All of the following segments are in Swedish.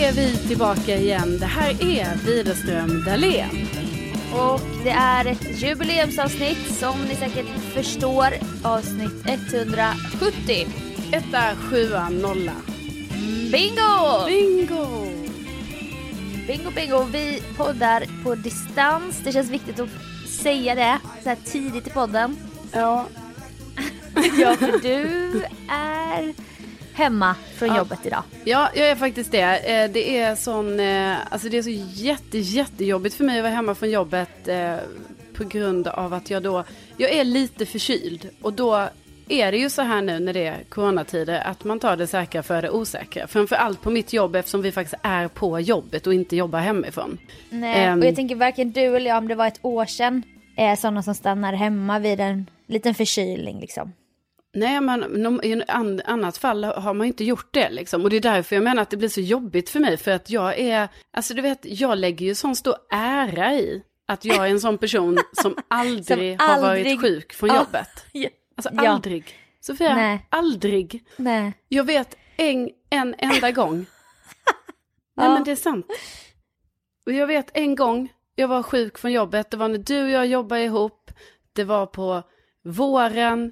är vi tillbaka igen. Det här är Widerström Dahlén. Och det är ett jubileumsavsnitt som ni säkert förstår. Avsnitt 170. 170. Bingo! Bingo! Bingo, bingo. Vi poddar på distans. Det känns viktigt att säga det så här tidigt i podden. Ja. Ja, för du är hemma från jobbet idag. Ja, jag är faktiskt det. Det är alltså det är så jättejobbigt för mig att vara hemma från jobbet på grund av att jag är lite förkyld. Och då är det ju så här nu när det är coronatider att man tar det säkra för det osäkra. Framförallt på mitt jobb eftersom vi faktiskt är på jobbet och inte jobbar hemifrån. Nej, och jag tänker varken du eller jag, om det var ett år sedan, är sådana som stannar hemma vid en liten förkylning liksom. Nej, men i annat fall har man inte gjort det liksom. Och det är därför jag menar att det blir så jobbigt för mig. För att jag är, alltså du vet, jag lägger ju sån stor ära i att jag är en sån person som aldrig har varit sjuk från jobbet. Alltså aldrig. Sofia, Nej. Aldrig. Nej. Jag vet en enda gång. Nej, men det är sant. Och jag vet en gång jag var sjuk från jobbet. Det var när du och jag jobbade ihop. Det var på våren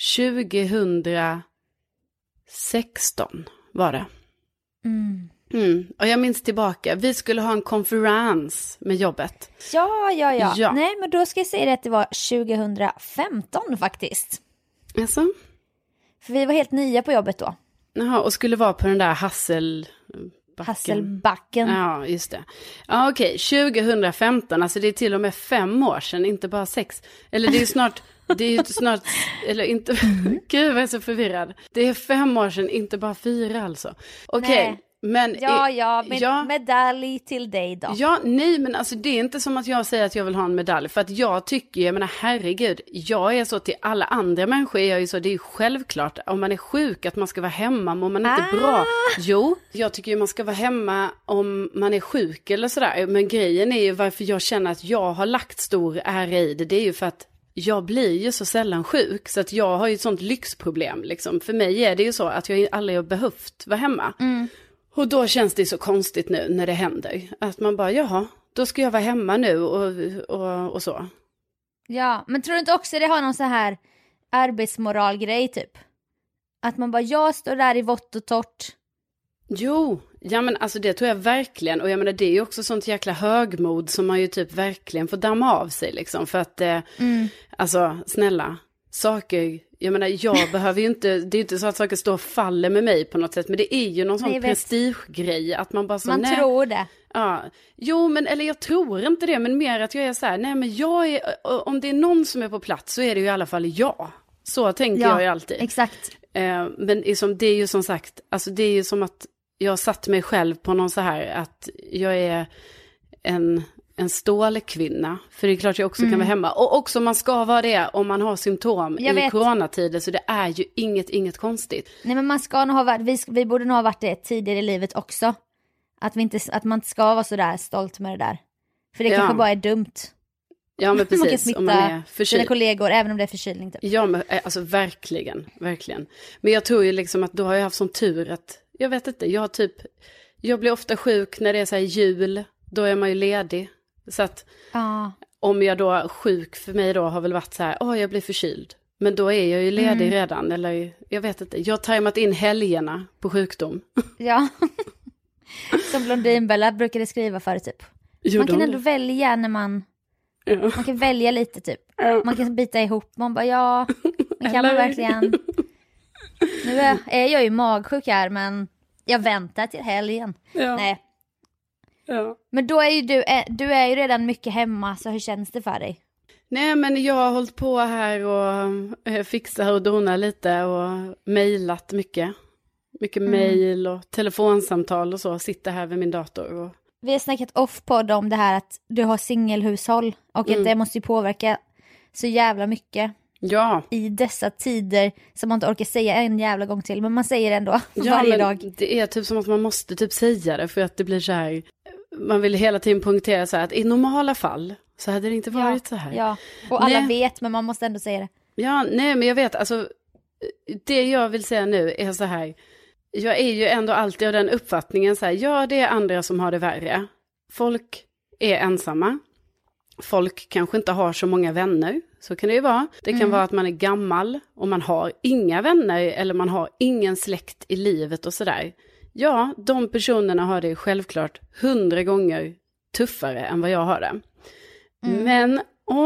2016 var det. Och jag minns tillbaka. Vi skulle ha en konferens med jobbet. Ja. Nej, men då ska jag säga det att det var 2015 faktiskt. Alltså? För vi var helt nya på jobbet då. Jaha, och skulle vara på den där Hasselbacken. Ja, just det. Ja, okej. 2015, alltså det är till och med 5 år sedan, inte bara 6. Eller det är ju snart... Det är ju snart, eller inte, gud vad jag är så förvirrad. Det är 5 år sedan, inte bara 4 alltså. Okej, men... medalj till dig då. Ja, nej men alltså det är inte som att jag säger att jag vill ha en medalj. För att jag tycker, jag menar herregud, jag är så till alla andra människor är jag ju så, det är ju självklart. Om man är sjuk att man ska vara hemma, mår man inte bra. Jo, jag tycker ju man ska vara hemma om man är sjuk eller sådär. Men grejen är ju varför jag känner att jag har lagt stor ära i det. Det är ju för att jag blir ju så sällan sjuk så att jag har ju ett sånt lyxproblem liksom. För mig är det ju så att jag aldrig har behövt vara hemma. Och då känns det så konstigt nu när det händer. Att man bara, jaha, då ska jag vara hemma nu och så. Ja, men tror du inte också det har någon så här arbetsmoralgrej typ? Att man bara, jag står där i vått och torrt. Jo, ja men alltså det tror jag verkligen. Och jag menar det är ju också sånt jäkla högmod som man ju typ verkligen får damma av sig liksom. För att, alltså snälla, saker, jag menar jag behöver ju inte, det är ju inte så att saker står och faller med mig på något sätt. Men det är ju någon sån prestigegrej att man bara så, man tror det. Ja, jo men eller jag tror inte det, men mer att jag är så här, nej men jag är, om det är någon som är på plats så är det ju i alla fall jag. Så tänker jag ju alltid. Exakt. Men det är ju som sagt, alltså det är ju som att jag har satt mig själv på någon så här att jag är en stålkvinna. För det är klart jag också kan vara hemma. Och också man ska vara det om man har symptom i coronatider. Så det är ju inget konstigt. Nej men man ska nog ha varit, vi borde nog ha varit det tidigare i livet också. Att man inte ska vara så där stolt med det där. För det kanske bara är dumt. Ja men precis. Man kan smitta sina kollegor även om det är förkylning typ. Ja men alltså verkligen. Men jag tror ju liksom att då har jag haft sån tur att jag vet inte, jag blir ofta sjuk när det är så här jul, då är man ju ledig. Så att om jag då sjuk för mig då har väl varit så här, jag blir förkyld. Men då är jag ju ledig redan, eller jag vet inte. Jag har tajmat in helgerna på sjukdom. Ja, som Blondinbella brukade skriva för typ. Man kan ändå välja när man kan välja lite typ. Man kan bita ihop, man bara men kan man verkligen... Nu är jag ju magsjuk här, men jag väntar till helgen. Ja. Nej. Ja. Men då är ju du är ju redan mycket hemma, så hur känns det för dig? Nej, men jag har hållit på här och fixat och donat lite och mejlat mycket. Mycket mejl och telefonsamtal och så. Sitter här vid min dator. Och... Vi har snackat off-podd om det här att du har singelhushåll och att det måste ju påverka så jävla mycket. Ja. I dessa tider som man inte orkar säga en jävla gång till. Men man säger det ändå varje dag. Det är typ som att man måste typ säga det. För att det blir så här. Man vill hela tiden punktera så här. Att i normala fall så hade det inte varit så här. Ja, och alla vet, men man måste ändå säga det. Ja, nej men jag vet. Alltså, det jag vill säga nu är så här. jag är ju ändå alltid av den uppfattningen så här, ja det är andra som har det värre. Folk är ensamma. Folk kanske inte har så många vänner, så kan det ju vara. Det kan vara att man är gammal och man har inga vänner eller man har ingen släkt i livet och sådär. Ja, de personerna har det självklart 100 gånger tuffare än vad jag har det. Men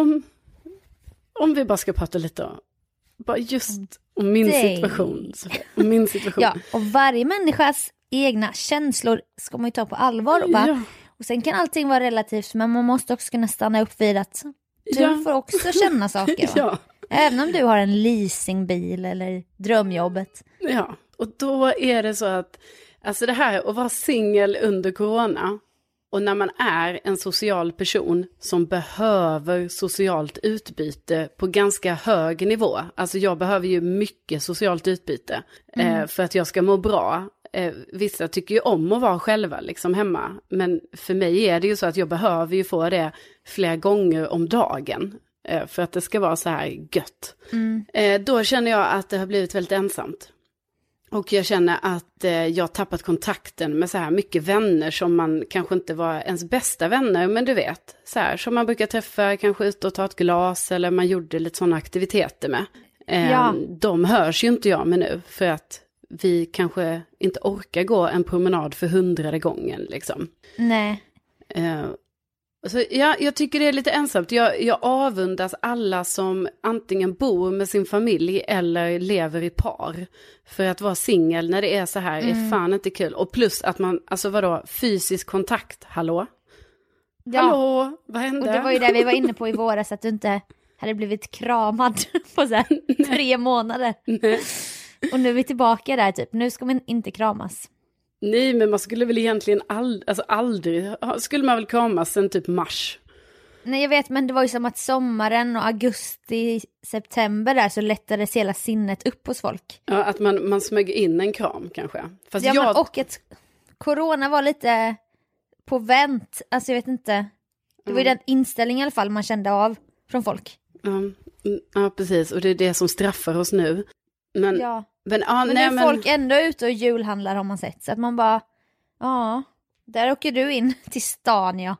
om vi bara ska prata lite om, bara just om min situation. Om min situation. Ja, och varje människas egna känslor ska man ju ta på allvar. Och, bara, och sen kan allting vara relativt, men man måste också kunna stanna upp vid att du får också känna saker. Va? Även om du har en leasingbil eller drömjobbet. Ja, och då är det så att alltså det här att vara singel under corona och när man är en social person som behöver socialt utbyte på ganska hög nivå. Alltså jag behöver ju mycket socialt utbyte för att jag ska må bra. Vissa tycker ju om att vara själva liksom hemma. Men för mig är det ju så att jag behöver ju få det flera gånger om dagen. För att det ska vara så här gött. Då känner jag att det har blivit väldigt ensamt. Och jag känner att jag har tappat kontakten med så här mycket vänner som man kanske inte var ens bästa vänner. Men du vet, så här som man brukar träffa, kanske ut och ta ett glas eller man gjorde lite sådana aktiviteter med. De hörs ju inte jag med nu för att vi kanske inte orkar gå en promenad för 100:e gången liksom. Nej. Så jag tycker det är lite ensamt. Jag avundas alla som antingen bor med sin familj eller lever i par. För att vara singel när det är så här är fan inte kul. Och plus att man, alltså vadå, fysisk kontakt, hallå? Ja. Hallå, vad hände? Och det var ju det vi var inne på i våras, att du inte hade blivit kramad på så här 3 månader. Nej. Och nu är vi tillbaka där typ, nu ska man inte kramas. Nej, men man skulle väl egentligen aldrig, skulle man väl kramas sen typ mars. Nej, jag vet, men det var ju som att sommaren och augusti, september där så lättades hela sinnet upp hos folk. Ja, att man smög in en kram kanske. Fast men och att corona var lite på vänt, alltså jag vet inte. Det var ju den inställningen i alla fall man kände av från folk. Ja, precis, och det är det som straffar oss nu. Men nu är folk ändå ute och julhandlar har man sett. Så att man bara, där åker du in till stan, ja.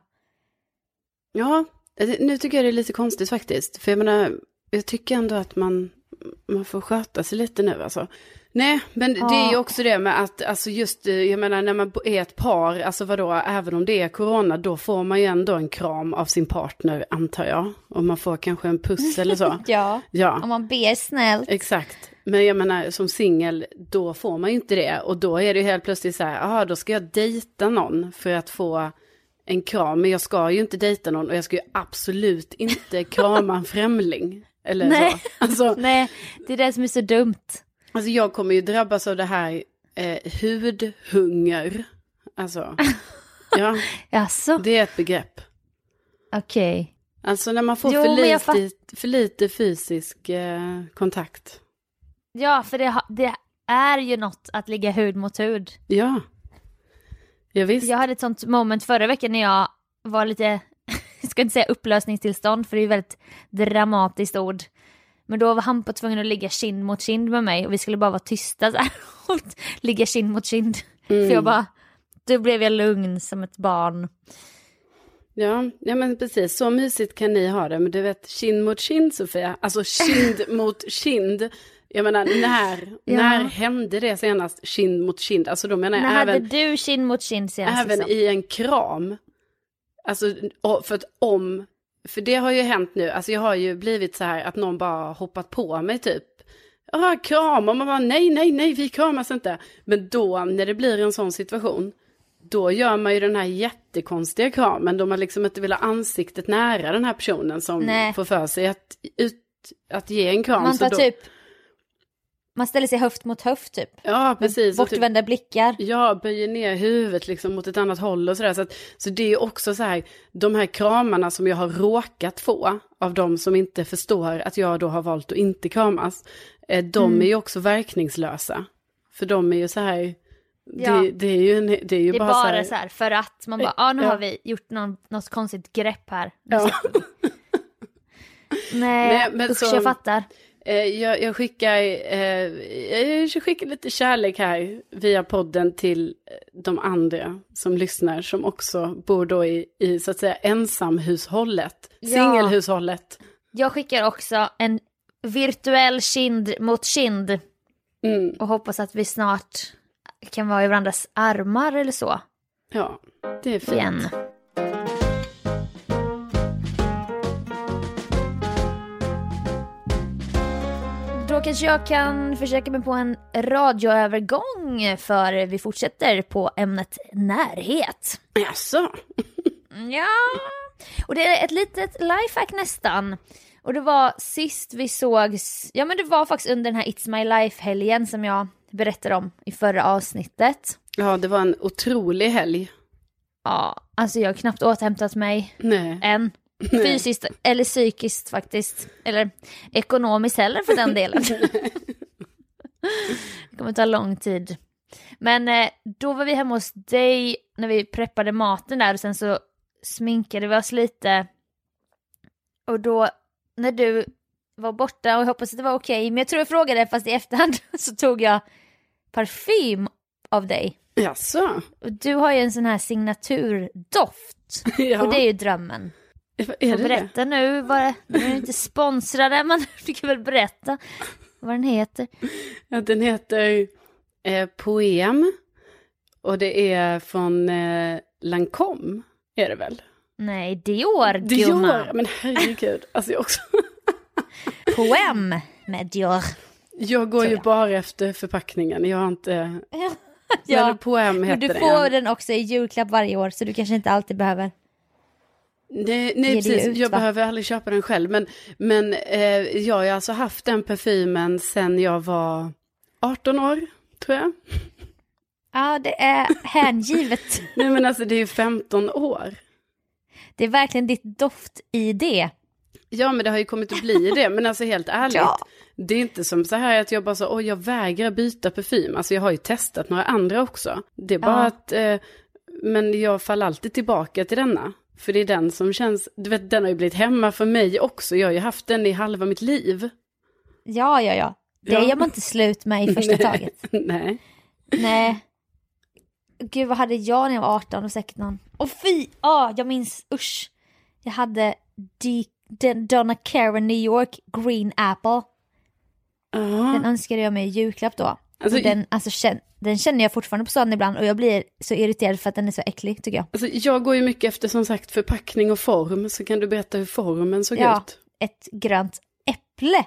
Ja, nu tycker jag det är lite konstigt faktiskt. För jag menar, jag tycker ändå att man får sköta sig lite nu alltså. Nej, men det är ju också det med att, alltså just, jag menar när man är ett par, alltså vadå, även om det är corona, då får man ju ändå en kram av sin partner, antar jag. Och man får kanske en puss eller så. ja, om man ber snällt. Exakt. Men jag menar, som singel, då får man ju inte det. Och då är det ju helt plötsligt så här, då ska jag dejta någon för att få en kram. Men jag ska ju inte dejta någon och jag ska ju absolut inte krama en främling. Eller nej. Så. Alltså, nej, det är det som är så dumt. Alltså jag kommer ju drabbas av det här hudhunger. Alltså, ja. Jaså? Det är ett begrepp. Okej. Alltså när man får för lite fysisk kontakt. Ja, för det är ju något att ligga hud mot hud. Ja. Visst. Jag hade ett sånt moment förra veckan när jag var lite, jag ska inte säga upplösningstillstånd för det är ju väldigt dramatiskt ord. Men då var han på tvungen att ligga kind mot kind med mig och vi skulle bara vara tysta så här och ligga kind mot kind. För jag bara, då blev jag lugn som ett barn. Ja, men precis, så mysigt kan ni ha det. Men du vet, kind mot kind, Sofia, alltså kind mot kind. Jag menar, när hände det senast kind mot kind? Alltså då menar jag när hade du kind mot kind senast? Även liksom i en kram. Alltså, för det har ju hänt nu. Alltså jag har ju blivit så här att någon bara hoppat på mig typ. Kram, och man bara nej, vi kramas inte. Men då, när det blir en sån situation, då gör man ju den här jättekonstiga kramen. Då man liksom inte vill ha ansiktet nära den här personen som får för sig att ge en kram. Man tar man ställer sig höft mot höft typ. Ja, precis. Bortvända blickar. Ja, böjer ner huvudet liksom mot ett annat håll och sådär. Så det är ju också så här, de här kramarna som jag har råkat få av de som inte förstår att jag då har valt att inte kramas. De är ju också verkningslösa. För de är ju så här, det är ju bara så här, för att man bara, nu har vi gjort något konstigt grepp här. Ja. Nej, men jag fattar. Jag skickar lite kärlek här via podden till de andra som lyssnar, som också bor då i så att säga ensamhushållet, singelhushållet. Jag skickar också en virtuell kind mot kind och hoppas att vi snart kan vara i varandras armar eller så. Ja, det är fint. Igen. Då kanske jag kan försöka mig på en radioövergång, för vi fortsätter på ämnet närhet. Jaså? Ja, och det är ett litet lifehack nästan. Och det var sist vi sågs, ja men det var faktiskt under den här It's My Life-helgen som jag berättade om i förra avsnittet. Ja, det var en otrolig helg. Ja, alltså jag har knappt återhämtat mig än. Fysiskt eller psykiskt faktiskt. Eller ekonomiskt heller för den delen. Det kommer ta lång tid. Men då var vi hemma hos dig när vi preppade maten där. Och sen så sminkade vi oss lite. Och då när du var borta, och jag hoppas att det var okej. Men jag tror jag frågade, fast i efterhand så tog jag parfym av dig. Jaså? Och du har ju en sån här signaturdoft. Ja. Och det är ju drömmen. Är det berätta nu, nu är inte sponsrade, men du kan väl berätta vad den heter. Ja, den heter Poem, och det är från Lancôme, är det väl? Nej, Dior, gumma. Men herregud, alltså jag också. Poem med Dior. Jag går ju bara efter förpackningen, jag har inte... Ja, Poem heter men du får den också i julklapp varje år, så du kanske inte alltid behöver. Nej precis, jag behöver aldrig köpa den själv. Men jag har alltså haft den parfymen sedan jag var 18 år, tror jag. Ja, det är hängivet. Nej men alltså det är ju 15 år. Det är verkligen ditt doft-ID. Ja, men det har ju kommit att bli det. Men alltså helt ärligt, det är inte som så här att jag bara så, jag vägrar byta parfym. Alltså jag har ju testat några andra också. Det är bara att, men jag faller alltid tillbaka till denna. För det är den som känns, du vet, den har ju blivit hemma för mig också. Jag har ju haft den i halva mitt liv. Ja. Det gör man inte slut med i första taget. Nej. Gud, vad hade jag när jag var 18 och säkert någon? Jag minns, usch. Jag hade Donna Karan New York Green Apple. Den önskade jag mig i julklapp då. Den känner jag fortfarande på stan ibland, och jag blir så irriterad för att den är så äcklig, tycker jag. Alltså, jag går ju mycket efter, som sagt, förpackning och form. Så kan du berätta hur formen såg ut? Ett grönt äpple.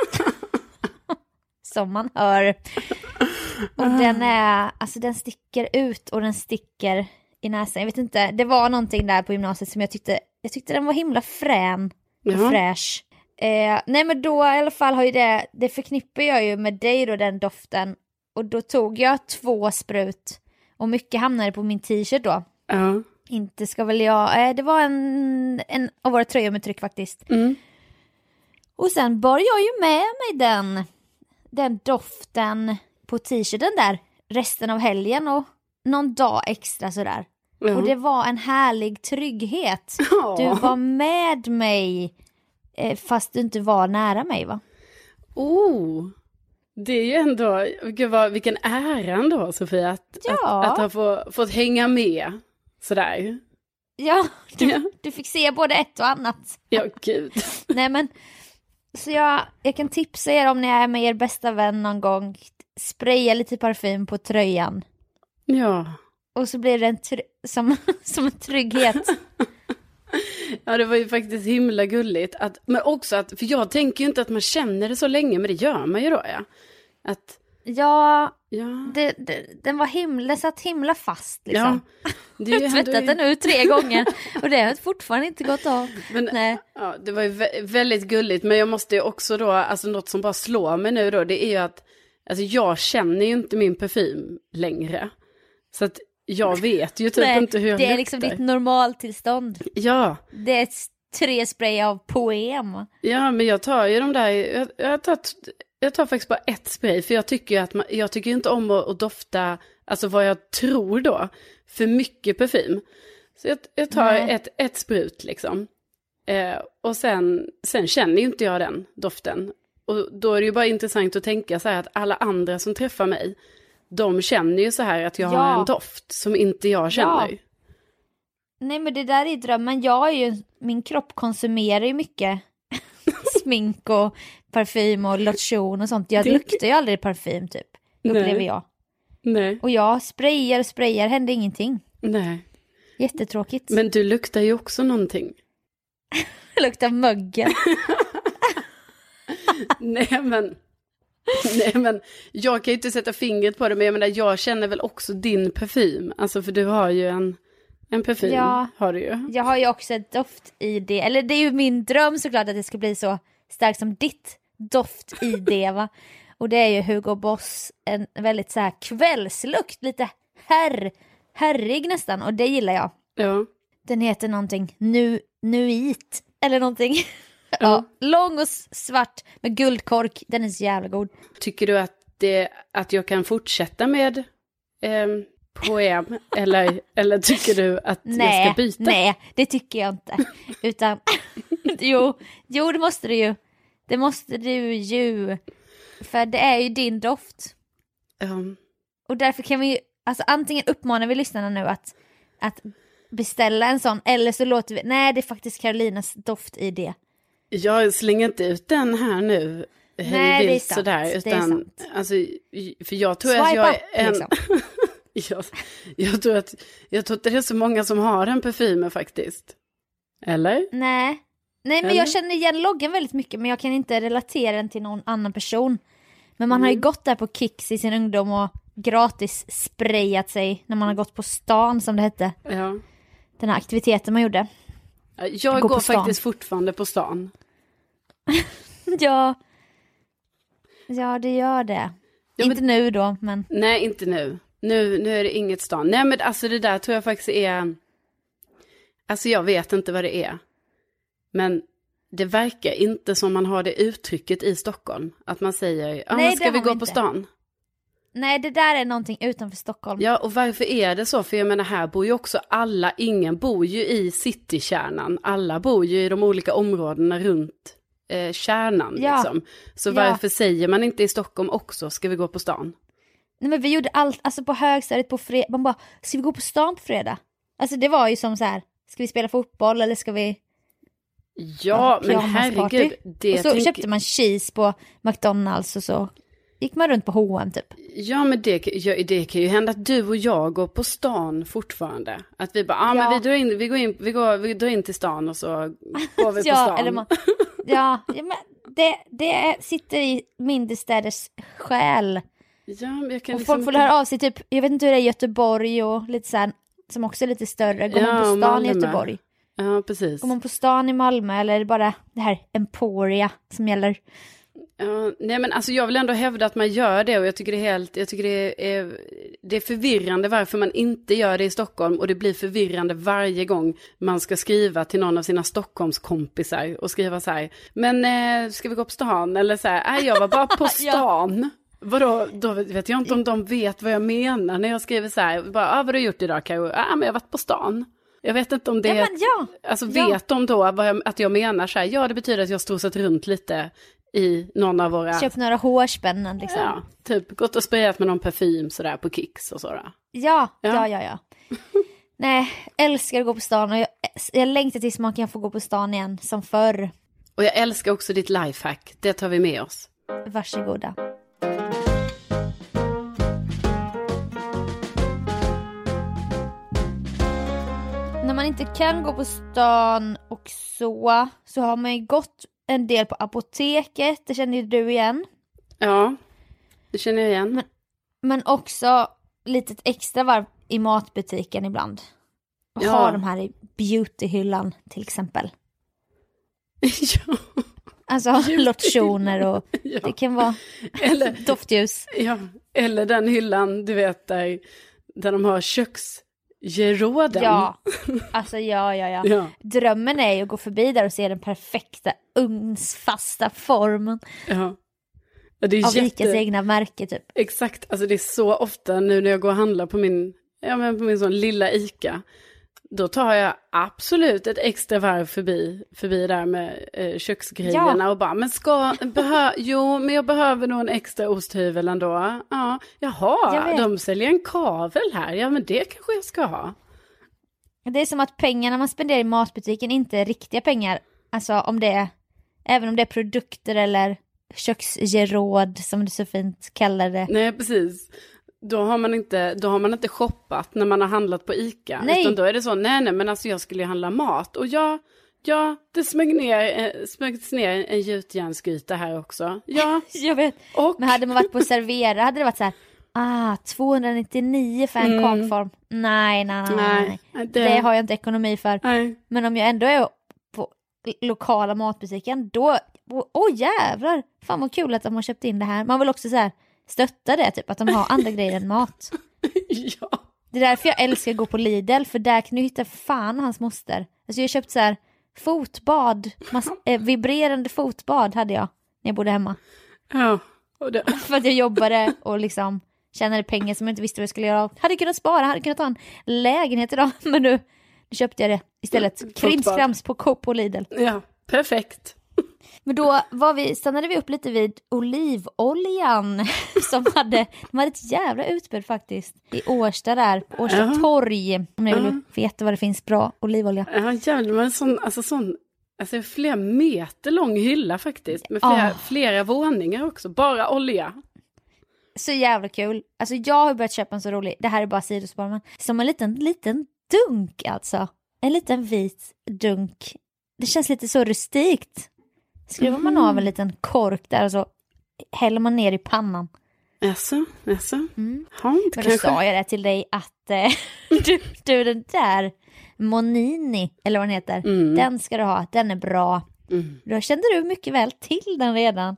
Som man hör. Och den sticker ut och den sticker i näsan. Jag vet inte, det var någonting där på gymnasiet som jag tyckte den var himla frän och fräsch. Nej, men då i alla fall har ju det förknippar jag ju med dig då, den doften. Och då tog jag 2 sprut. Och mycket hamnade på min t-shirt då. Inte ska väl jag... det var en av våra tröjor med tryck faktiskt. Och sen bar jag ju med mig den doften på t-shirten där. Resten av helgen och någon dag extra sådär. Och det var en härlig trygghet. Du var med mig fast du inte var nära mig, va? Det är ju ändå, vilken ära ändå, Sofia, att ha fått hänga med sådär. Ja, du fick se både ett och annat. Ja, gud. Nej, men så jag kan tipsa er om ni är med er bästa vän någon gång. Spraya lite parfym på tröjan. Ja. Och så blir det som en trygghet. Ja, det var ju faktiskt himla gulligt. Men också för jag tänker ju inte att man känner det så länge, men det gör man ju då, ja. Den var satt himla fast liksom. Ja, det är ju tvättat den ut 3 gånger och det har fortfarande inte gått av. Men, nej. Ja, det var ju väldigt gulligt, men jag måste ju också då, alltså något som bara slår mig nu då, det är ju att alltså jag känner ju inte min parfym längre. Så att jag vet ju typ inte hur jag luktar. Det är liksom ditt normaltillstånd. Ja. Det är 3 spray av Poem. Ja, men jag tar ju de där, jag tar faktiskt bara 1 spray, för jag tycker jag tycker inte om att dofta, alltså vad jag tror då, för mycket parfym. Så jag tar ett sprut liksom. Och sen känner ju inte jag den doften. Och då är det ju bara intressant att tänka så här att alla andra som träffar mig, de känner ju så här att jag har en doft som inte jag känner. Ja. Nej, men det där är drömmen. Min kropp konsumerar ju mycket smink och parfym och lotion och sånt. Jag luktar ju aldrig parfym typ, upplever jag. Nej. Och jag sprayar, händer ingenting. Nej. Jättetråkigt. Men du luktar ju också någonting. Jag luktar mögel. Nej men jag kan ju inte sätta fingret på det, men jag menar, jag känner väl också din parfym. Alltså för du har ju en parfym, har du ju. Jag har ju också ett doft i det. Eller det är ju min dröm såklart att det ska bli så starkt som ditt doft i det, va. Och det är ju Hugo Boss, en väldigt så här kvällslukt, lite herrig nästan, och det gillar jag. Ja. Den heter någonting Nuit eller någonting. Ja, lång och svart med guldkork. Den är så jävla god. Tycker du att jag kan fortsätta med poem eller tycker du att jag ska byta? Nej, det tycker jag inte. Utan jo, det måste du ju. Det måste du ju. För det är ju din doft. Och därför kan vi ju, alltså antingen uppmanar vi lyssnarna nu att beställa en sån, eller så låter vi, nej, det är faktiskt Carolinas doft i det. Jag slänger inte ut den här nu. Nej, det är sant. Sådär, utan, det är sant. Alltså, för jag tror Swipe att jag är en... Liksom. jag tror att det är så många som har en parfym faktiskt. Eller? Nej, men jag känner igen loggan väldigt mycket, men jag kan inte relatera den till någon annan person. Men man har ju gått där på Kicks i sin ungdom och gratis sprayat sig när man har gått på stan, som det hette. Ja. Den här aktiviteten man gjorde. Jag går faktiskt fortfarande på stan. Ja, det gör det. Ja, inte nu då, men... Nej, inte nu. Nu är det inget stan. Nej, men alltså det där tror jag faktiskt är... Alltså jag vet inte vad det är. Men det verkar inte som man har det uttrycket i Stockholm. Att man säger, nej, ska vi gå på stan? Nej, det där är någonting utanför Stockholm. Ja, och varför är det så? För jag menar, här bor ju också alla, ingen bor ju i citykärnan. Alla bor ju i de olika områdena runt kärnan. Liksom. Så varför säger man inte i Stockholm också, ska vi gå på stan? Nej, men vi gjorde allt, alltså på högstadiet på fredag. Man bara, ska vi gå på stan på fredag? Alltså det var ju som så här, ska vi spela fotboll eller ska vi... Ja, men herregud. Och så köpte man cheese på McDonalds och så gick man runt på H&M typ. Ja, men det kan ju hända att du och jag går på stan fortfarande. Att vi bara, men vi drar in till stan och så går vi på stan. Eller men det sitter i mindre städers själ. Ja, men jag kan och folk får höra av sig typ, jag vet inte hur det är i Göteborg och lite så här, som också är lite större. Går man på stan Malmö. I Göteborg? Ja, precis. Går man på stan i Malmö eller är det bara det här Emporia som gäller? Ja, nej, men alltså jag vill ändå hävda att man gör det, och jag tycker det är förvirrande varför man inte gör det i Stockholm, och det blir förvirrande varje gång man ska skriva till någon av sina Stockholmskompisar och skriva så här, men ska vi gå på stan? Eller så här, nej, jag var bara på stan. Vadå? Då vet jag inte om de vet vad jag menar när jag skriver så här, bara, vad har du gjort idag, Karo? Men jag har varit på stan. Jag vet inte om det vet de då att jag menar så här, det betyder att jag strosat runt lite i någon av våra... Köpt några hårspännen liksom. Ja, typ gått och sprayat med någon parfym sådär på Kicks och sådär. Ja. Nej, älskar att gå på stan, och jag längtar tills man kan få gå på stan igen som förr. Och jag älskar också ditt lifehack, det tar vi med oss. Varsågoda. När man inte kan gå på stan och så har man ju gått en del på apoteket, det känner ju du igen. Ja, det känner jag igen. Men också lite extra varv i matbutiken ibland. Och ha de här i beautyhyllan till exempel. Ja. Alltså lotioner och det kan vara doftljus. Ja, eller den hyllan, du vet, där de har köksgeråden. Ja, alltså ja. Drömmen är ju att gå förbi där och se den perfekta ugnsfasta formen. Ja. Det är av Icas egna märke typ. Exakt, alltså det är så ofta nu när jag går och handlar på min sån lilla Ica. då tar jag absolut ett extra varv förbi där med köksgrejerna och bara, men men jag behöver nog en extra osthyvel ändå. Ja, jaha, de säljer en kavel här. Ja, men det kanske jag ska ha. Det är som att pengarna man spenderar i matbutiken inte är riktiga pengar. Alltså även om det är produkter eller köksgeråd som det så fint kallar det. Nej, precis. Då har man inte shoppat när man har handlat på ICA. Nej. Utan då är det så, nej men alltså jag skulle ju handla mat. Och ja det smögs ner en gjutjärnsgryta här också. Ja, jag vet. Men hade man varit på Servera hade det varit så här, 299 för en kakform. Nej. Det har jag inte ekonomi för. Nej. Men om jag ändå är på lokala matbutiken, då, jävlar, fan vad kul att de har köpt in det här. Man vill också så här stötta det, typ att de har andra grejer än mat. Ja. Det är därför jag älskar att gå på Lidl, för där kan du hitta fan hans moster. Alltså jag har köpt så här fotbad, vibrerande fotbad hade jag när jag bodde hemma. Ja. För att jag jobbade och liksom tjänade pengar som jag inte visste vad jag skulle göra. Hade kunnat spara, hade kunnat ta en lägenhet idag, men nu köpte jag det istället. Krimskrams på Coop och Lidl. Ja, perfekt. Men då stannade vi upp lite vid olivoljan som hade ett jävla utbud faktiskt i Årsta där, Årsta torg, om ni vill veta vad det finns bra olivolja. Ja, jävlar, men alltså flera meter lång hylla faktiskt, med flera våningar också, bara olja. Så jävla kul. Alltså jag har börjat köpa en så rolig, det här är bara sidospår, men som en liten dunk alltså. En liten vit dunk. Det känns lite så rustikt. Skruvar man av en liten kork där och så häller man ner i pannan. Jaså? Men då sa jag det till dig att du den där Monini, eller vad den heter, den ska du ha, den är bra. Då kände du mycket väl till den redan.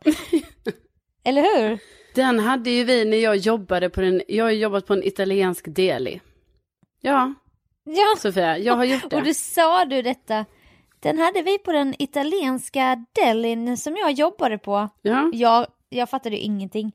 Eller hur? Den hade ju vi när jag jobbade jag har jobbat på en italiensk deli. Ja, Sofia, jag har gjort det. Och du sa detta. Den hade vi på den italienska delin som jag jobbade på. Ja. Jag fattade ju ingenting.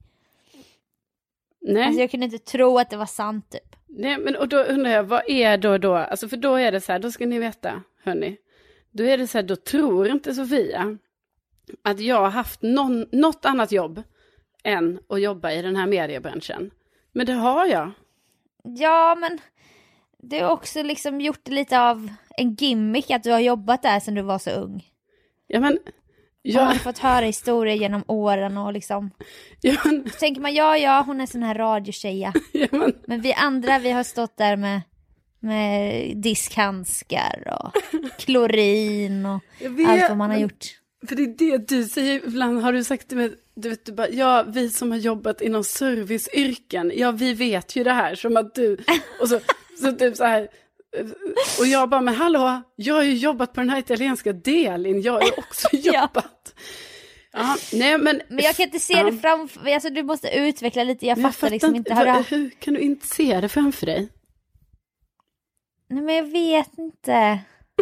Nej. Alltså jag kunde inte tro att det var sant typ. Nej, men och då undrar jag, vad är då? Alltså för då är det så här, då ska ni veta, hörni. Då är det så här, då tror inte Sofia att jag har haft något annat jobb än att jobba i den här mediebranschen. Men det har jag. Ja, men du har också liksom gjort det lite av en gimmick att du har jobbat där sedan du var så ung. Ja, men jag har fått höra historier genom åren och liksom. Ja, men så tänker man, hon är sån här radiotjeja. Ja, men vi andra, vi har stått där med diskhandskar och klorin och allt vad man har gjort. För det är det du säger, ibland har du sagt till mig, du vet, du bara, vi som har jobbat inom serviceyrken, vi vet ju det här, som att du, och så typ så här, och jag bara, men hallå, jag har ju jobbat på den här italienska delen, jag har ju också jobbat. Ja, nej, men jag kan inte se det framför, alltså du måste utveckla lite, jag fattar liksom inte. Hur kan du inte se det framför dig? Nej, men jag vet inte.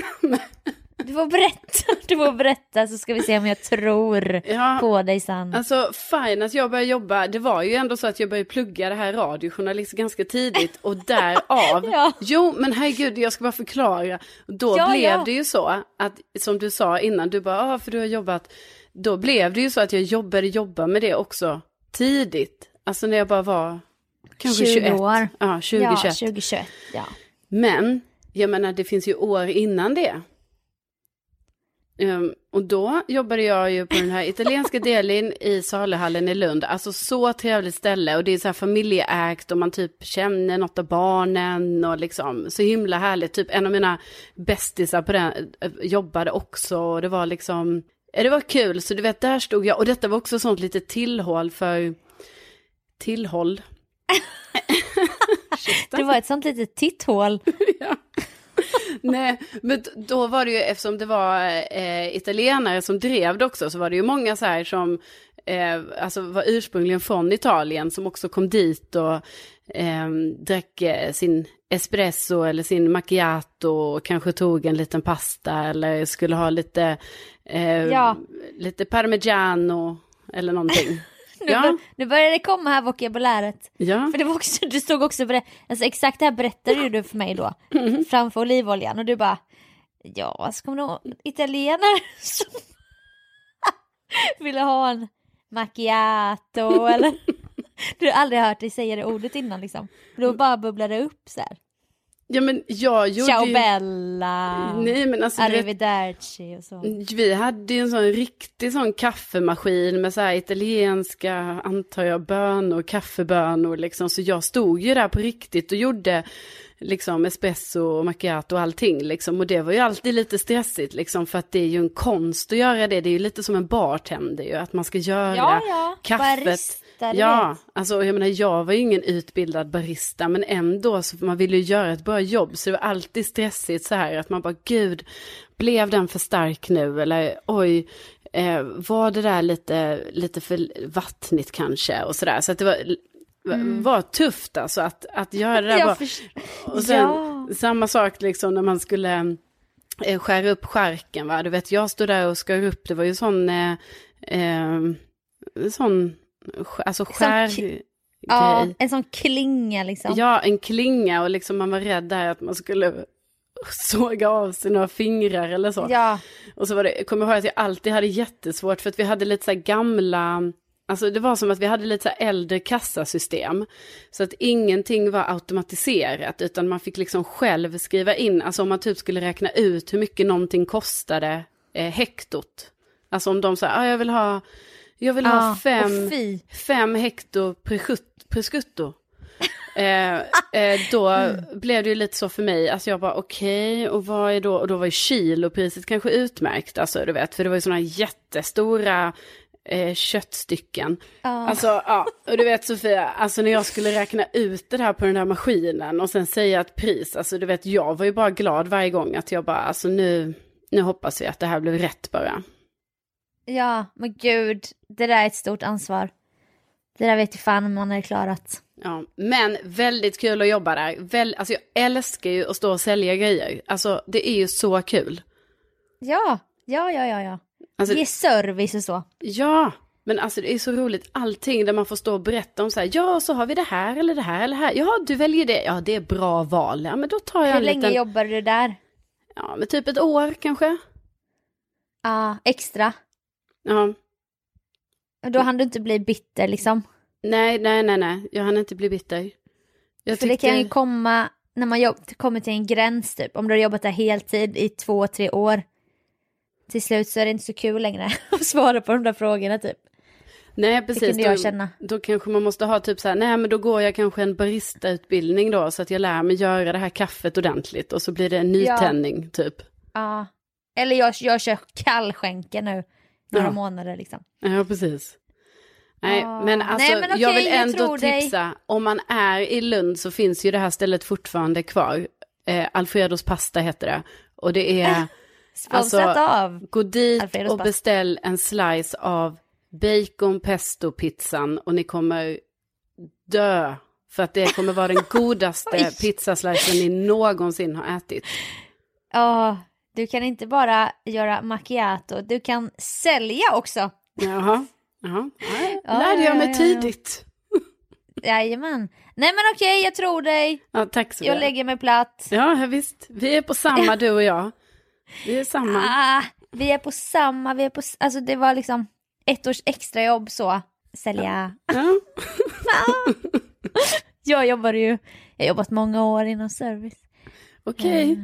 Du får berätta så ska vi se om jag tror på dig sen. Alltså fine att jag började jobba, det var ju ändå så att jag började plugga det här radiojournalist ganska tidigt och därav, jo men herregud jag ska bara förklara, då blev det ju så att som du sa innan, du bara, för du har jobbat, då blev det ju så att jag började jobba med det också tidigt, alltså när jag bara var kanske 20 21 år. Ja, 2021, ja. Men jag menar det finns ju år innan det. Och då jobbade jag ju på den här italienska delen i Saluhallen i Lund. Alltså så trevligt ställe och det är så här familjeägt och man typ känner något av barnen och liksom så himla härligt. Typ en av mina bästisar på den jobbade också och det var liksom, det var kul. Så du vet, där stod jag och detta var också sånt lite tillhåll. Det var ett sånt litet titthål. Ja. Nej, men då var det ju, eftersom det var italienare som drev det också, så var det ju många så här som alltså var ursprungligen från Italien som också kom dit och drack sin espresso eller sin macchiato och kanske tog en liten pasta eller skulle ha lite parmigiano eller någonting. Nu börjar det komma här vokabuläret. Ja. För det var också, du stod också alltså exakt det här berättade du för mig då. Framför olivoljan. Och du bara, ja, så kommer det italienare som ville ha en macchiato eller... Du har aldrig hört dig säga det ordet innan liksom. Då bara bubblade upp så här. Ja, men jag gjorde Ciao bella. Nej, men alltså, arrivederci och så. Vi hade ju en sån riktig sån kaffemaskin med så här italienska, antar jag, bönor, kaffebönor liksom. Så jag stod ju där på riktigt och gjorde liksom espresso och macchiato och allting liksom. Och det var ju alltid lite stressigt liksom, för att det är ju en konst att göra det. Det är ju lite som en bartender ju, att man ska göra kaffet. Barista. Ja, alltså jag menar, jag var ju ingen utbildad barista, men ändå så man ville ju göra ett bra jobb, så det var alltid stressigt så här att man bara, gud, blev den för stark nu, eller oj, var det där lite för vattnigt kanske och sådär, så att det var tufft alltså att göra det där och sen samma sak liksom när man skulle skära upp skärken, va, du vet, jag stod där och skar upp, det var ju sån alltså grej. Ja, en sån klinga liksom. Ja, en klinga, och liksom man var rädd där att man skulle såga av sig några fingrar eller så. Ja. Och så var det, kommer jag ihåg att jag alltid hade jättesvårt, för att vi hade lite så här gamla, alltså det var som att vi hade lite så här äldre kassasystem, så att ingenting var automatiserat, utan man fick liksom själv skriva in, alltså om man typ skulle räkna ut hur mycket någonting kostade hektot. Alltså om de sa, jag vill ha 5 hekto prosciutto. Då blev det ju lite så för mig. Alltså jag bara okej, och vad är då? Och då var ju kilopriset kanske utmärkt. Alltså du vet, för det var ju sådana jättestora köttstycken. Alltså ja, och du vet Sofia, alltså när jag skulle räkna ut det här på den här maskinen och sen säga ett pris, alltså du vet, jag var ju bara glad varje gång att jag bara, alltså nu hoppas vi att det här blev rätt bara. Ja, men gud, det där är ett stort ansvar. Det där vet ju fan om man är klarat. Ja, men väldigt kul att jobba där. Alltså jag älskar ju att stå och sälja grejer. Alltså det är ju så kul. Ja. Alltså, ge service och så. Ja, men alltså det är så roligt. Allting där man får stå och berätta om så här, ja, så har vi det här eller det här eller här. Ja, du väljer det. Ja, det är bra val. Ja, men då tar jag Hur länge jobbar du där? Ja, men typ ett år kanske. Ja, extra. Ja. Då hann du inte bli bitter liksom. Nej. Jag hann inte bli bitter. För det kan ju komma när man kommer till en gräns typ. Om du har jobbat där heltid i 2-3 år. Till slut så är det inte så kul längre att svara på de där frågorna typ. Nej, precis. Det kunde jag känna. Då kanske man måste ha typ så här, nej men då går jag kanske en baristautbildning då, så att jag lär mig göra det här kaffet ordentligt, och så blir det en nytändning typ. Ja. Eller jag kör kallskänken nu några månader liksom. Ja, precis. Nej, men alltså nej, men okej, jag vill ändå tipsa, om man är i Lund så finns ju det här stället fortfarande kvar. Alfredos pasta heter det. Och det är sponsrat av gå dit Alfredos och beställ en slice av bacon pesto pizzan och ni kommer dö. För att det kommer vara den godaste pizzaslicen ni någonsin har ätit. Ja, du kan inte bara göra macchiato, du kan sälja också. Jaha. Lärde jag mig tidigt. Jajamän. Nej men okej, jag tror dig. Ja, tack så mycket. Jag lägger mig platt. Ja, visst. Vi är på samma, du och jag. Vi är samma. Vi är på samma. Alltså det var liksom 1 års extra jobb så. Sälja. Ja. Jag har jobbat många år inom service. Okej.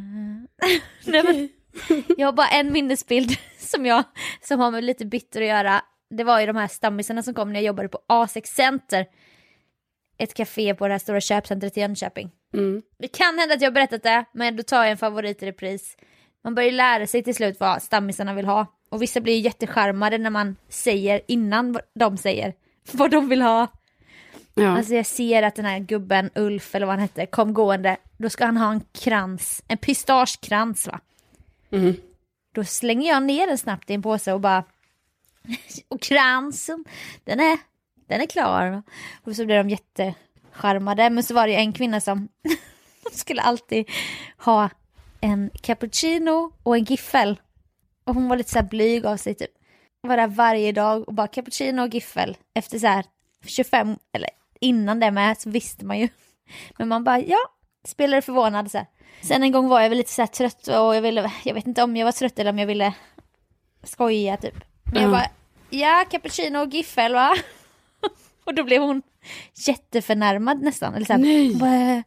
Jag har bara en minnesbild som har med lite bitter att göra. Det var ju de här stammisarna som kom när jag jobbade på A6 Center. Ett café på det här stora köpcentret i Jönköping. Det kan hända att jag har berättat det, men då tar jag en favorit i repris. Man börjar lära sig till slut vad stammisarna vill ha. Och vissa blir jättecharmade när man säger innan de säger vad de vill ha. Ja. Alltså jag ser att den här gubben Ulf eller vad han hette kom gående. Då ska han ha en krans, en pistagekrans va. Då slänger jag ner den snabbt i en påse och bara och kransen, den är klar va? Och så blir de jättecharmade. Men så var det en kvinna som skulle alltid ha en cappuccino och en giffel. Och hon var lite så här blyg av sig typ. var där varje dag och bara cappuccino och giffel. Efter så här 25, eller innan det med så visste man ju. Men man bara, spelade förvånad så här. Sen en gång var jag väl lite så här trött och jag vet inte om jag var trött eller om jag ville skoja typ. Men jag bara, cappuccino och giffel va? Och då blev hon jätteförnärmad nästan. Eller så här, nej. Bara,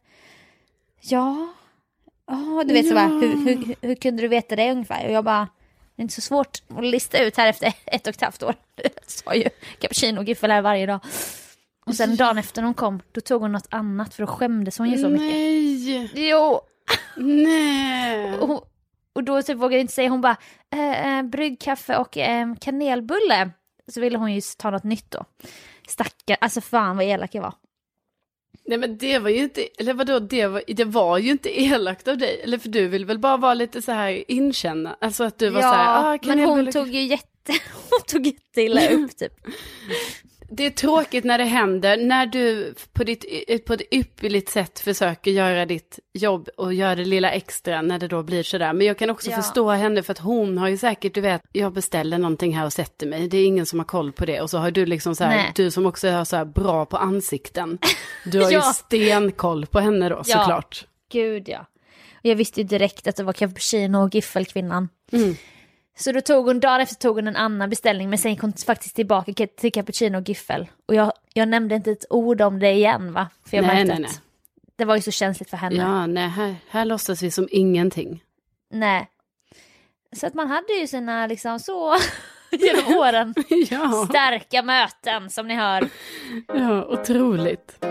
du vet så bara, hur kunde du veta det ungefär? Och jag bara, det är inte så svårt att lista ut här efter 1,5 år. Jag sa ju cappuccino och giffel här varje dag. Och sen dagen efter hon kom, då tog hon något annat för då skämdes hon ju så mycket. Nej. Jo. Nej. Och då typ vågade jag inte säga, hon bara, bryggkaffe och kanelbulle. Så ville hon ju ta något nytt då. Stackar, alltså fan vad elak jag var. Nej men det var ju inte, eller vadå, det var ju inte elakt av dig. Eller för du vill väl bara vara lite så här inkänna. Alltså att du var så här, men hon tog ju jätteilla upp typ. Det är tråkigt när det händer, när du på ett ypperligt sätt försöker göra ditt jobb och göra det lilla extra när det då blir sådär. Men jag kan också förstå henne för att hon har ju säkert, du vet, jag beställer någonting här och sätter mig. Det är ingen som har koll på det. Och så har du liksom så här, du som också är så här bra på ansikten. Du har ju stenkoll på henne då, såklart. Gud ja. Och jag visste ju direkt att det var cappuccino och giffelkvinnan. Så då dagen efter tog hon en annan beställning, men sen kom faktiskt tillbaka till cappuccino och giffel. Och jag nämnde inte ett ord om det igen va? För jag märkte att det var ju så känsligt för henne. Ja, nej, här låtsas vi som ingenting. Nej. Så att man hade ju sina liksom så genom åren starka möten som ni hör. Ja, otroligt.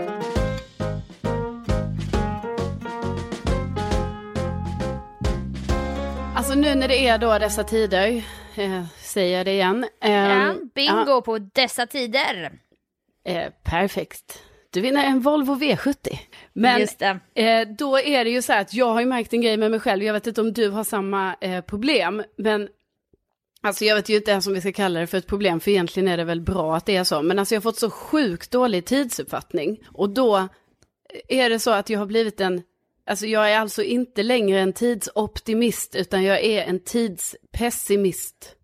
Alltså nu när det är då dessa tider, säger jag det igen. Bingo på dessa tider. Perfekt. Du vinner en Volvo V70. Men just det. Då är det ju så här att jag har ju märkt en grej med mig själv. Jag vet inte om du har samma problem. Men alltså jag vet ju inte ens om vi ska kalla det för ett problem. För egentligen är det väl bra att det är så. Men alltså jag har fått så sjukt dålig tidsuppfattning. Och då är det så att jag har blivit alltså jag är alltså inte längre en tidsoptimist utan jag är en tidspessimist.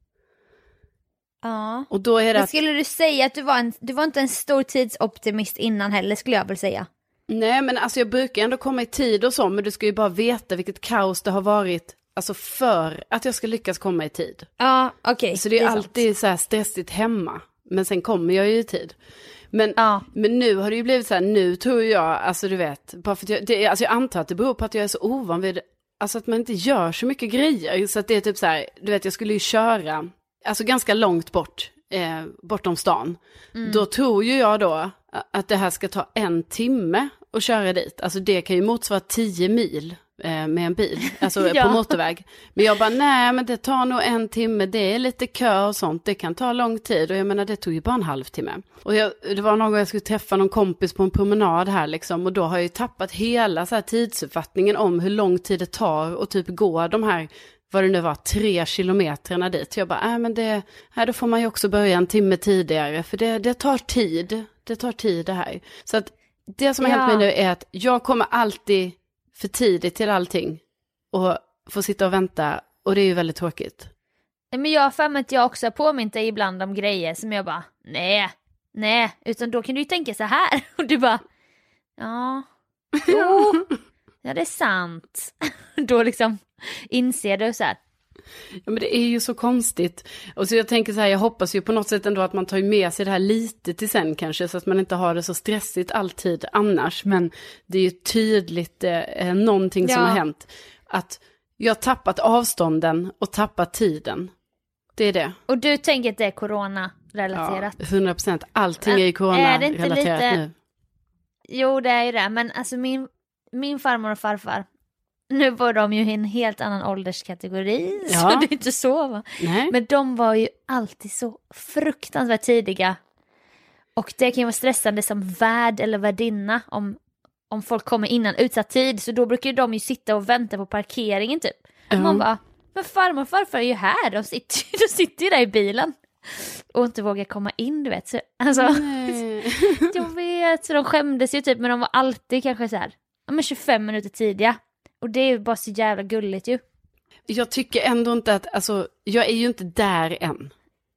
Ja. Och då är det skulle du säga att du var inte en stor tidsoptimist innan heller, skulle jag väl säga. Nej, men alltså jag brukar ändå komma i tid och så, men du ska ju bara veta vilket kaos det har varit, alltså för att jag ska lyckas komma i tid. Ja, okej. Så det är alltid så här stressigt hemma, men sen kommer jag ju i tid. Men nu har det ju blivit så här, nu tror jag, alltså du vet, bara för att jag antar att det beror på att jag är så ovan vid, alltså att man inte gör så mycket grejer, så att det är typ så här, du vet, jag skulle ju köra, alltså ganska långt bortom stan. Då tror ju jag då att det här ska ta 1 timme att köra dit, alltså det kan ju motsvara 10 mil med en bil, alltså på motorväg. Men jag bara, nej men det tar nog 1 timme, det är lite kö och sånt, det kan ta lång tid. Och jag menar, det tog ju bara en halvtimme. Och det var någon gång jag skulle träffa någon kompis på en promenad här liksom, och då har jag ju tappat hela så här tidsuppfattningen om hur lång tid det tar och typ gå de här, vad det nu var, 3 kilometerna dit. Jag bara, men då får man ju också börja 1 timme tidigare, för det tar tid. Det tar tid det här. Så att det som har hänt mig nu är att jag kommer alltid för tidigt till allting och får sitta och vänta, och det är ju väldigt tråkigt. Men jag har för mig att jag också har påmint dig ibland om grejer som jag bara, nej, utan då kan du ju tänka så här, och du bara, ja, det är sant. Då liksom inser du så här. Ja, men det är ju så konstigt. Och så jag tänker så här, jag hoppas ju på något sätt ändå att man tar med sig det här lite till sen kanske, så att man inte har det så stressigt alltid annars. Men det är ju tydligt någonting som har hänt. Att jag har tappat avstånden och tappat tiden. Det är det. Och du tänker att det är corona-relaterat? Ja, 100%. Allting är ju corona-relaterat nu. Jo, det är ju det. Men alltså min farmor och farfar, nu var de ju i en helt annan ålderskategori, så det är inte så va? Nej. Men de var ju alltid så fruktansvärt tidiga. Och det kan ju vara stressande som värd eller värdinna om folk kommer innan utsatt tid. Så då brukar ju de ju sitta och vänta på parkeringen typ. Man bara, men farmor och farfar är ju här. De sitter ju där i bilen och inte vågar komma in, du vet. Så, alltså, jag vet, så de skämdes ju typ, men de var alltid kanske så här, 25 minuter tidiga. Och det är ju bara så jävla gulligt ju. Jag tycker ändå inte att, alltså, jag är ju inte där än.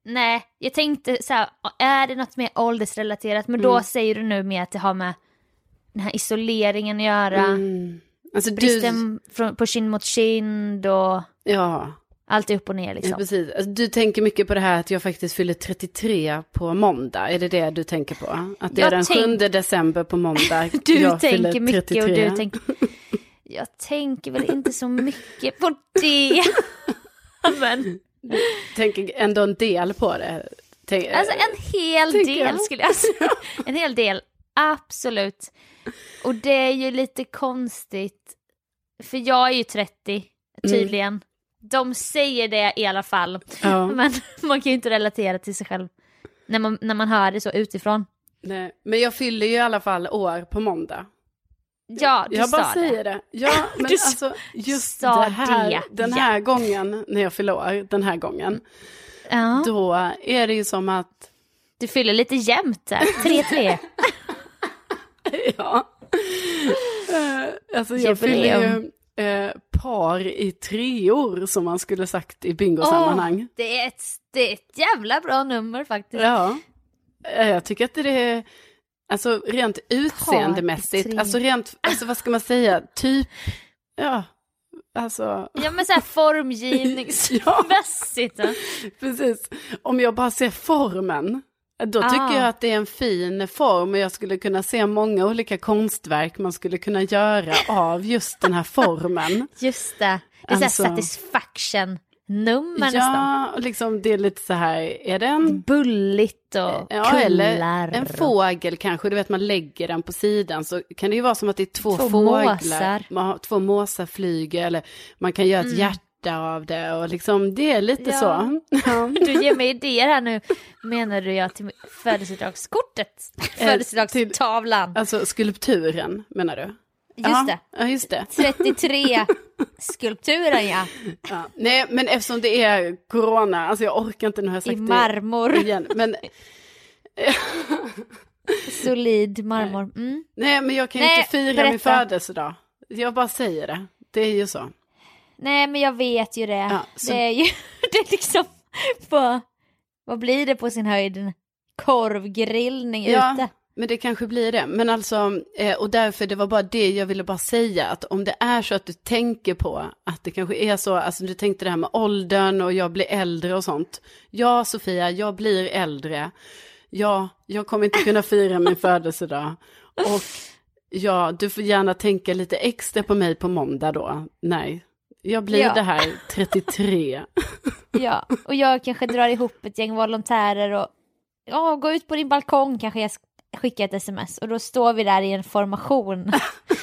Nej, jag tänkte så här, är det något mer åldersrelaterat? Men då säger du nu mer att det har med den här isoleringen att göra. Alltså bristen på kind mot kind och allt är upp och ner liksom. Ja, precis. Alltså, du tänker mycket på det här att jag faktiskt fyller 33 på måndag. Är det du tänker på? Att det är den 7 december på måndag. Du tänker mycket 33. Och du tänker... Jag tänker väl inte så mycket på det. Men... Tänker ändå en del på det. Alltså en hel del skulle jag säga. En hel del, absolut. Och det är ju lite konstigt. För jag är ju 30, tydligen. De säger det i alla fall. Ja. Men man kan ju inte relatera till sig själv när man hör det så utifrån. Nej, men jag fyller ju i alla fall år på måndag. Ja, du jag sa bara säger det. Ja, men alltså just det här, den här gången när jag fyller år, den här gången, då är det ju som att... Du fyller lite jämnt här, 3-3. Ja. Alltså jag fyller ju par i 3 år som man skulle sagt i bingosammanhang. Det är ett jävla bra nummer faktiskt. Ja, jag tycker att det är... Alltså rent utseendemässigt, alltså vad ska man säga, typ, alltså... Ja men så här formgivningsmässigt. Ja, precis. Om jag bara ser formen, då tycker jag att det är en fin form och jag skulle kunna se många olika konstverk man skulle kunna göra av just den här formen. Just det, det är så här satisfaction. Nummer nästan. Ja, liksom det är lite så här, är det en... bulligt och kullar. Eller en fågel kanske, du vet man lägger den på sidan så kan det ju vara som att det är två fåglar. Måsar. 2 måsar flyger eller man kan göra ett hjärta av det och liksom det är lite så. Ja. Du ger mig idéer här nu, menar du jag till födelsedagskortet? Födelsedagstavlan. Alltså skulpturen menar du? Just det. Ja, just det. 33 skulpturen, ja. Nej, men eftersom det är corona, alltså jag orkar inte, nu har jag sagt i marmor. Det igen, men... Solid marmor. Nej, men jag kan ju inte fira min födelsedag. Jag bara säger det. Det är ju så. Nej, men jag vet ju det. Ja, så... Det är ju det är liksom vad blir det på sin höjd? Korvgrillning ute. Men det kanske blir det. Men alltså, och därför det var bara det jag ville bara säga. Att om det är så att du tänker på att det kanske är så. Alltså du tänkte det här med åldern och jag blir äldre och sånt. Ja, Sofia, jag blir äldre. Ja, jag kommer inte kunna fira min födelsedag. Och ja, du får gärna tänka lite extra på mig på måndag då. Nej, jag blir det här 33. Ja, och jag kanske drar ihop ett gäng volontärer och gå ut på din balkong kanske jag skicka ett sms och då står vi där i en formation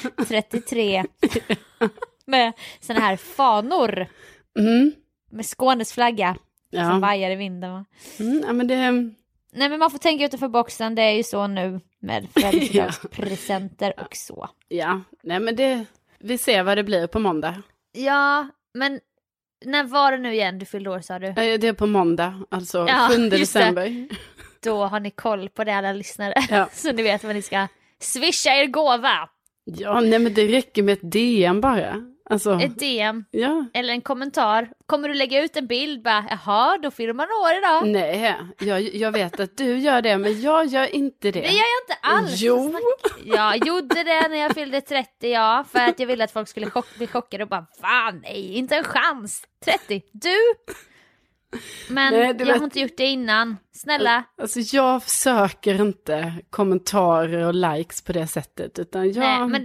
33 med såna här fanor med Skånes flagga som vajar i vinden, va? Ja, men det... Nej, men man får tänka utanför boxen, det är ju så nu med födelsedagspresenter och så. Ja, nej men vi ser vad det blir på måndag. Ja, men när var det nu igen du fyllde år, sa du? Det är på måndag, alltså 7 december. Då har ni koll på det, alla lyssnare. Ja. Så ni vet vad ni ska swisha er gåva. Ja, nej men det räcker med ett DM bara. Alltså, ett DM eller en kommentar. Kommer du lägga ut en bild bara, jaha, då fyller man år idag. Nej, jag vet att du gör det, men jag gör inte det. Det gör jag inte alls. Jo. Jag gjorde det när jag fyllde 30, för att jag ville att folk skulle bli chockade och bara, fan, nej, inte en chans. 30, du... Men nej, jag har inte gjort det innan. Snälla. Alltså jag söker inte kommentarer och likes på det sättet. Utan nej, men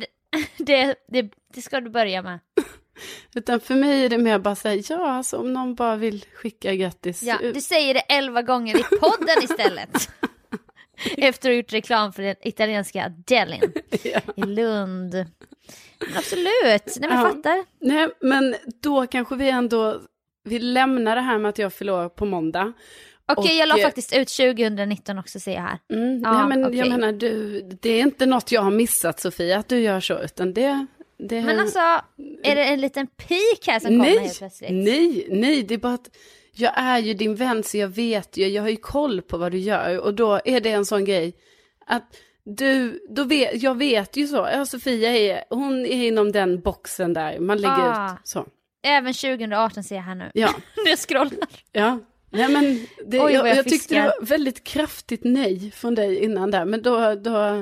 det ska du börja med. Utan för mig är det mer bara säga alltså om någon bara vill skicka grattis. Ja, du säger det 11 gånger i podden istället. Efter att ha gjort reklam för den italienska delin i Lund. Men absolut, nej men fattar. Nej, men då kanske vi lämnar det här med att jag förlorar på måndag. Okej, jag la faktiskt ut 2019 också, ser jag här. Nej, men jag menar, det är inte något jag har missat, Sofia, att du gör så, utan det... Men alltså, är det en liten pik här som kommer helt plötsligt? Nej, det är bara att jag är ju din vän, så jag vet ju, jag har ju koll på vad du gör. Och då är det en sån grej att jag vet ju så. Ja, Sofia hon är inom den boxen där, man lägger ut så. Även 2018 ser jag här nu. Ja. Jag scrollar. Ja, Nej, men jag tyckte det var väldigt kraftigt nej från dig innan där. Men då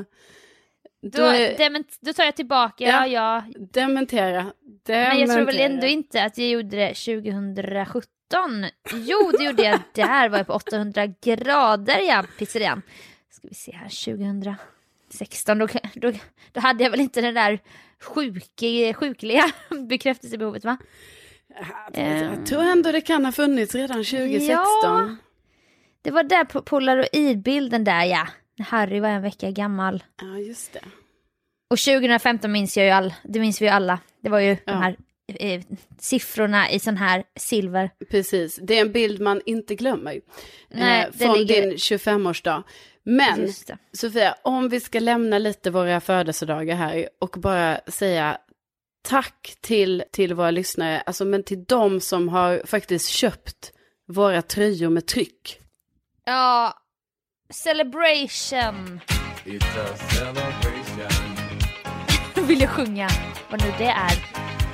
tar jag tillbaka. Ja. Dementera. Men jag tror väl ändå inte att jag gjorde det 2017. Jo, det gjorde jag. Där var jag på 800 grader, ja, pizzerian. Ska vi se här, 2016. Då hade jag väl inte den där sjukliga bekräftelsebehovet, va? Jag tror ändå det kan ha funnits redan 2016. Ja, det var där på polaroidbilden där, ja. Harry var en vecka gammal. Ja, just det. Och 2015 minns jag ju det minns vi ju alla. Det var ju de här siffrorna i sån här silver. Precis, det är en bild man inte glömmer. Nej, från din 25-årsdag. Men Sofia, om vi ska lämna lite våra födelsedagar här och bara säga tack till våra lyssnare, alltså, men till de som har faktiskt köpt våra tröjor med tryck. Ja, celebration. It's a celebration. Vill jag sjunga vad nu det är.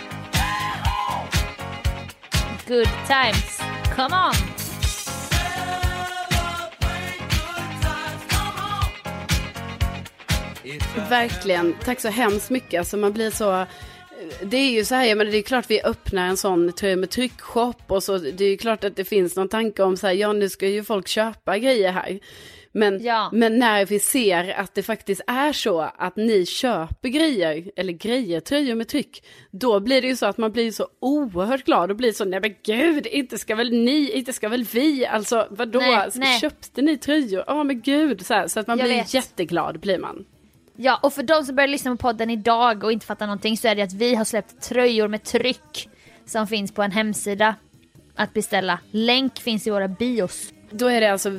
Good times, come on. Verkligen, tack så hemskt mycket. Alltså man blir så... Det är ju så här, men det är klart vi öppnar en sån tröja med tryckshop och så, det är ju klart att det finns någon tanke om så här, ja, nu ska ju folk köpa grejer här. Men när vi ser att det faktiskt är så att ni köper tröjor med tryck, då blir det ju så att man blir så oerhört glad och blir så, nej men gud, inte ska väl vi, alltså vadå, nej. Köpte ni tröjor? Ja men gud, så att man blir jätteglad blir man. Ja, och för de som börjar lyssna på podden idag och inte fattar någonting, så är det att vi har släppt tröjor med tryck som finns på en hemsida att beställa. Länk finns i våra bios. Då är det alltså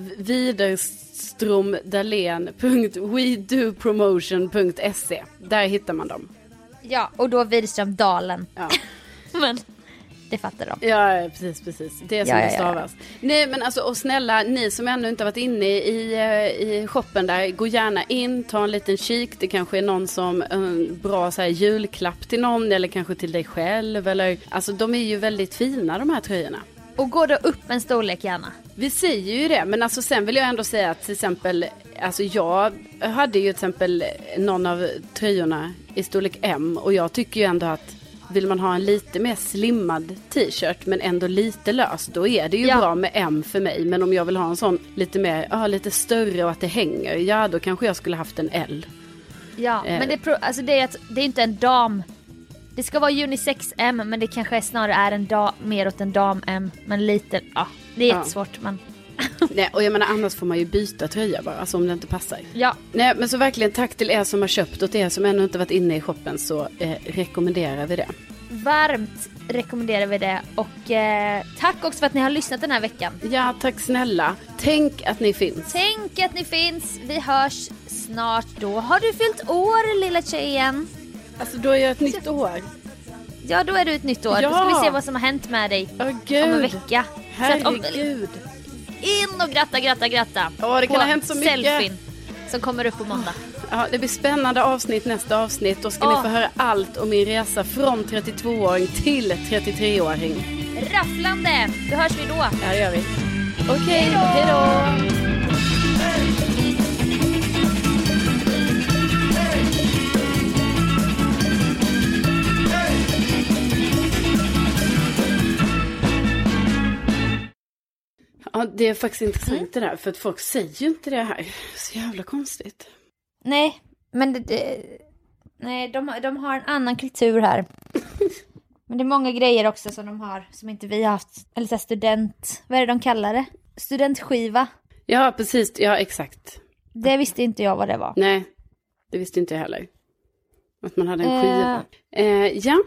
widerstromdalen.wedopromotion.se. Där hittar man dem. Ja, och då Widerström Dalen. Ja. Men det fattar de. Ja, precis. Det är som det stavas. Ja. Nej, men alltså, och snälla, ni som ännu inte varit inne i shoppen där, gå gärna in, ta en liten kik. Det kanske är någon som en bra så här, julklapp till någon, eller kanske till dig själv. Eller, alltså, de är ju väldigt fina, de här tröjorna. Och går då upp en storlek gärna? Vi säger ju det, men alltså sen vill jag ändå säga att till exempel, alltså jag hade ju till exempel någon av tröjorna i storlek M, och jag tycker ju ändå att vill man ha en lite mer slimmad t-shirt men ändå lite lös, då är det ju bra med M för mig. Men om jag vill ha en sån lite större och att det hänger, då kanske jag skulle haft en L. Ja, men det är inte en dam. Det ska vara unisex M, men det kanske snarare är mer åt en dam M, men lite, det är jättesvårt, men... Nej, och jag menar, annars får man ju byta tröja bara, alltså om det inte passar. Ja. Nej, men så verkligen tack till er som har köpt, och till er som ännu inte varit inne i shoppen, så rekommenderar vi det. Varmt rekommenderar vi det, och tack också för att ni har lyssnat den här veckan. Ja, tack snälla. Tänk att ni finns. Vi hörs snart då. Har du fyllt år, lilla tjejen? Alltså då är jag ett nytt år. Ja, då är du ett nytt år. Då ska vi se vad som har hänt med dig om en vecka. Herregud. In och gratta. Ja, det kan ha hänt så mycket. Selfien som kommer upp på måndag. Ja, det blir spännande nästa avsnitt. Då ska ni få höra allt om min resa från 32-åring till 33-åring. Rafflande. Då hörs vi då. Ja, det gör vi. Okej, hej då. Ja, det är faktiskt intressant det där, för att folk säger ju inte det här. Så jävla konstigt. Nej, men de har en annan kultur här. Men det är många grejer också som de har, som inte vi har haft. Eller så student, vad är det de kallar det? Studentskiva. Ja, precis, ja exakt. Det visste inte jag vad det var. Nej, det visste inte jag heller. Att man hade en skiva. Ja,